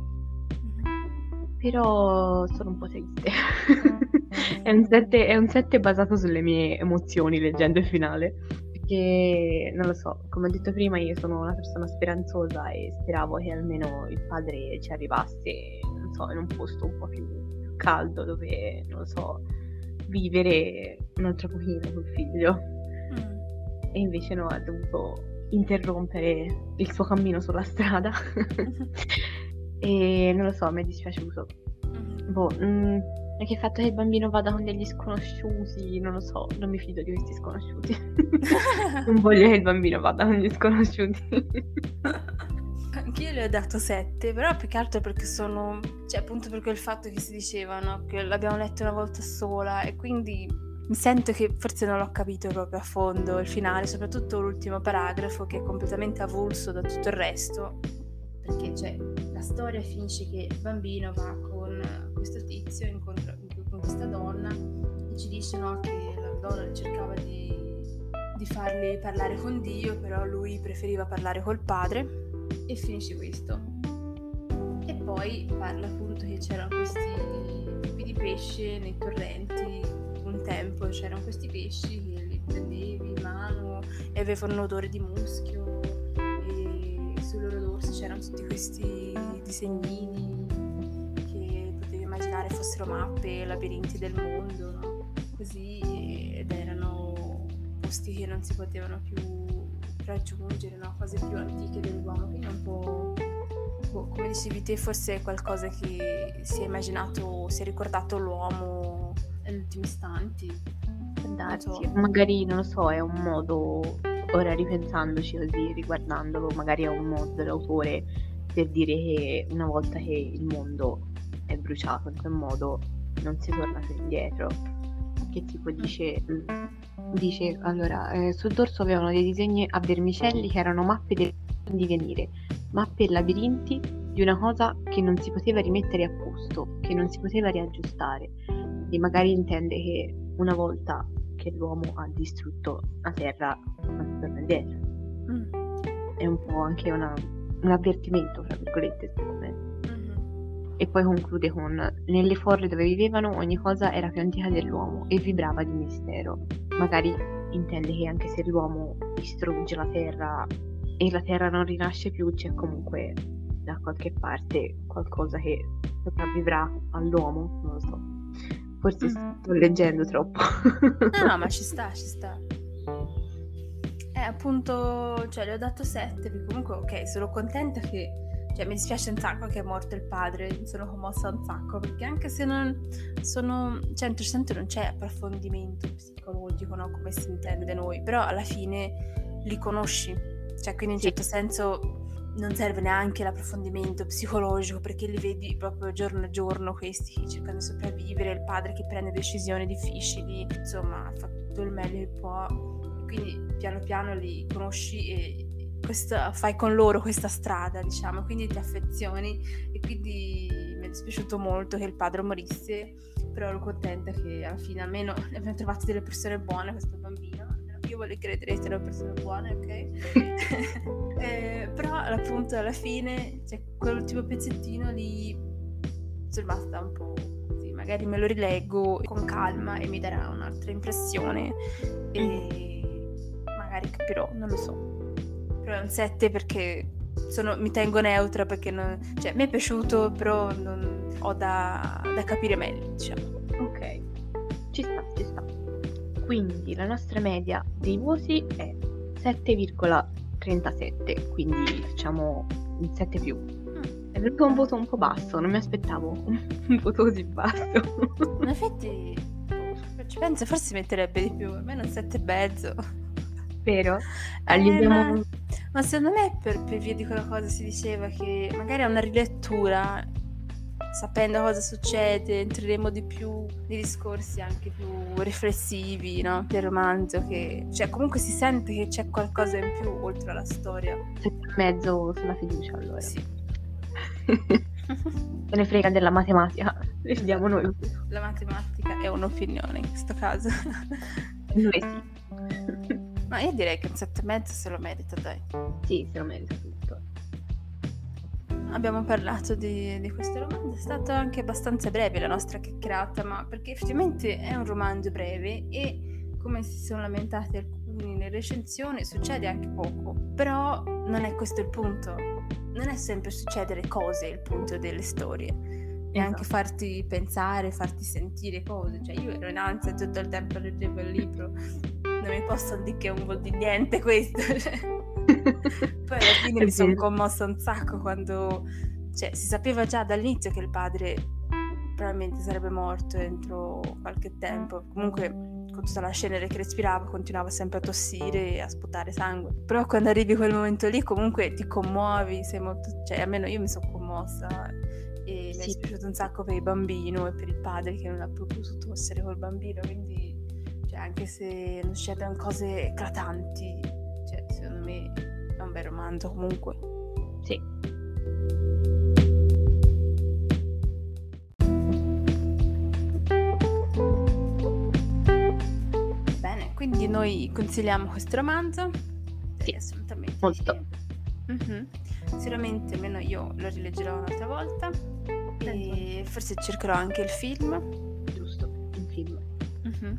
Però sono un po' triste. È un 7 basato sulle mie emozioni leggendo il finale, perché non lo so, come ho detto prima io sono una persona speranzosa e speravo che almeno il padre ci arrivasse, non so, in un posto un po' più caldo dove, non lo so, vivere un altro pochino col figlio. E invece no, ha dovuto interrompere il suo cammino sulla strada. E non lo so, mi è dispiaciuto. Perché il fatto che il bambino vada con degli sconosciuti, non lo so, non mi fido di questi sconosciuti. Non voglio che il bambino vada con gli sconosciuti. Anch'io le ho dato 7, però più che altro perché sono, cioè appunto per quel fatto che si diceva, no? Che l'abbiamo letto una volta sola e quindi mi sento che forse non l'ho capito proprio a fondo il finale, soprattutto l'ultimo paragrafo che è completamente avulso da tutto il resto, perché cioè la storia finisce che il bambino va con questo tizio, incontra con questa donna e ci dice, no, che la Madonna cercava di farli parlare con Dio, però lui preferiva parlare col padre, e finisce questo. E poi parla appunto che c'erano questi tipi di pesce nei torrenti. Un tempo c'erano questi pesci che li prendevi in mano e avevano un odore di muschio, e sul loro dorso c'erano tutti questi disegnini che potevi immaginare fossero mappe, labirinti del mondo, no? Così, ed erano posti che non si potevano più raggiungere, no? Cose più antiche dell'uomo, quindi un po', come dicevi te, forse è qualcosa che si è immaginato, si è ricordato l'uomo negli ultimi istanti. Darsi, magari non lo so, è un modo, ora ripensandoci così, riguardandolo, magari è un modo dell'autore per dire che una volta che il mondo è bruciato in quel modo non si torna più indietro. Che tipo dice allora, sul dorso avevano dei disegni a vermicelli che erano mappe del divenire, mappe e labirinti di una cosa che non si poteva rimettere a posto, che non si poteva riaggiustare. E magari intende che una volta che l'uomo ha distrutto la terra non si torna indietro. È un po' anche un avvertimento, tra virgolette, secondo me. E poi conclude con: nelle forre dove vivevano ogni cosa era più antica dell'uomo e vibrava di mistero. Magari intende che anche se l'uomo distrugge la terra e la terra non rinasce più, c'è comunque da qualche parte qualcosa che sopravvivrà all'uomo, non lo so. Forse sto leggendo troppo. No, ma ci sta. Appunto, cioè, le ho dato 7, perché comunque, ok, sono contenta che, cioè, mi dispiace un sacco che è morto il padre, sono commossa un sacco, perché anche se non sono 100% non c'è approfondimento psicologico, no, come si intende noi, però alla fine li conosci, cioè, quindi in certo senso non serve neanche l'approfondimento psicologico, perché li vedi proprio giorno a giorno, questi che cercano di sopravvivere, il padre che prende decisioni difficili, insomma fa tutto il meglio che può, quindi piano piano li conosci e fai con loro questa strada, diciamo, quindi ti affezioni, e quindi mi è dispiaciuto molto che il padre morisse, però ero contenta che alla fine almeno ne abbiamo trovato delle persone buone, questo bambino. Io voglio credere che siano persone buone, ok? Però appunto alla fine c'è quell'ultimo pezzettino lì, sono rimasta un po' così, magari me lo rileggo con calma e mi darà un'altra impressione e magari capirò, non lo so. Però è un 7 perché mi tengo neutra, perché cioè mi è piaciuto, però non ho da capire meglio, diciamo. Ok, ci sta. Quindi la nostra media dei voti è 7,37, quindi facciamo un 7 più. È venuto un voto un po' basso, non mi aspettavo un voto così basso. In effetti, ci penso, forse metterebbe di più, almeno un 7,5. Vero? Ma secondo me per via di quella cosa si diceva che magari a una rilettura, sapendo cosa succede, entreremo di più nei discorsi anche più riflessivi, no? Del romanzo, che cioè comunque si sente che c'è qualcosa in più oltre alla storia. 7,5 sulla fiducia, allora. Sì. Se ne frega della matematica, decidiamo noi. La matematica è un'opinione in questo caso. Noi sì. Ma io direi che un 7,5 se lo merita, dai. Sì, se lo merita tutto. Abbiamo parlato di questo romanzo, è stato anche abbastanza breve la nostra chiacchierata, ma perché effettivamente è un romanzo breve e, come si sono lamentati alcuni nelle recensioni, succede anche poco, però non è questo il punto, non è sempre succedere cose il punto delle storie, e anche farti pensare, farti sentire cose, cioè io ero in ansia tutto il tempo, leggevo il libro, non mi posso dire che non vuol dire niente questo, cioè. Poi alla fine mi sono commossa un sacco quando, cioè, si sapeva già dall'inizio che il padre probabilmente sarebbe morto entro qualche tempo, comunque con tutta la scena che respirava continuava sempre a tossire e a sputare sangue, però quando arrivi quel momento lì comunque ti commuovi, sei molto, cioè almeno io mi sono commossa e mi è dispiaciuto un sacco per il bambino e per il padre che non ha più potuto essere col bambino, quindi cioè, anche se non succedono cose eclatanti, cioè secondo me è un bel romanzo comunque. Sì. noi consigliamo questo romanzo. Sì, assolutamente molto. sì. Mhm. Sicuramente almeno io lo rileggerò un'altra volta e forse cercherò anche il film. Giusto, un film. Mhm.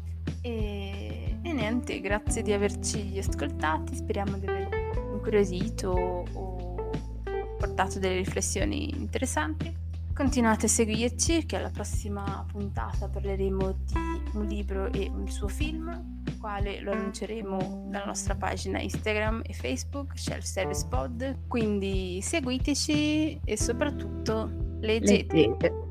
E niente, grazie di averci ascoltati, speriamo di aver incuriosito o portato delle riflessioni interessanti. Continuate a seguirci, che alla prossima puntata parleremo di un libro e un suo film, il quale lo annunceremo dalla nostra pagina Instagram e Facebook, Shelf Service Pod. Quindi seguiteci e soprattutto leggete.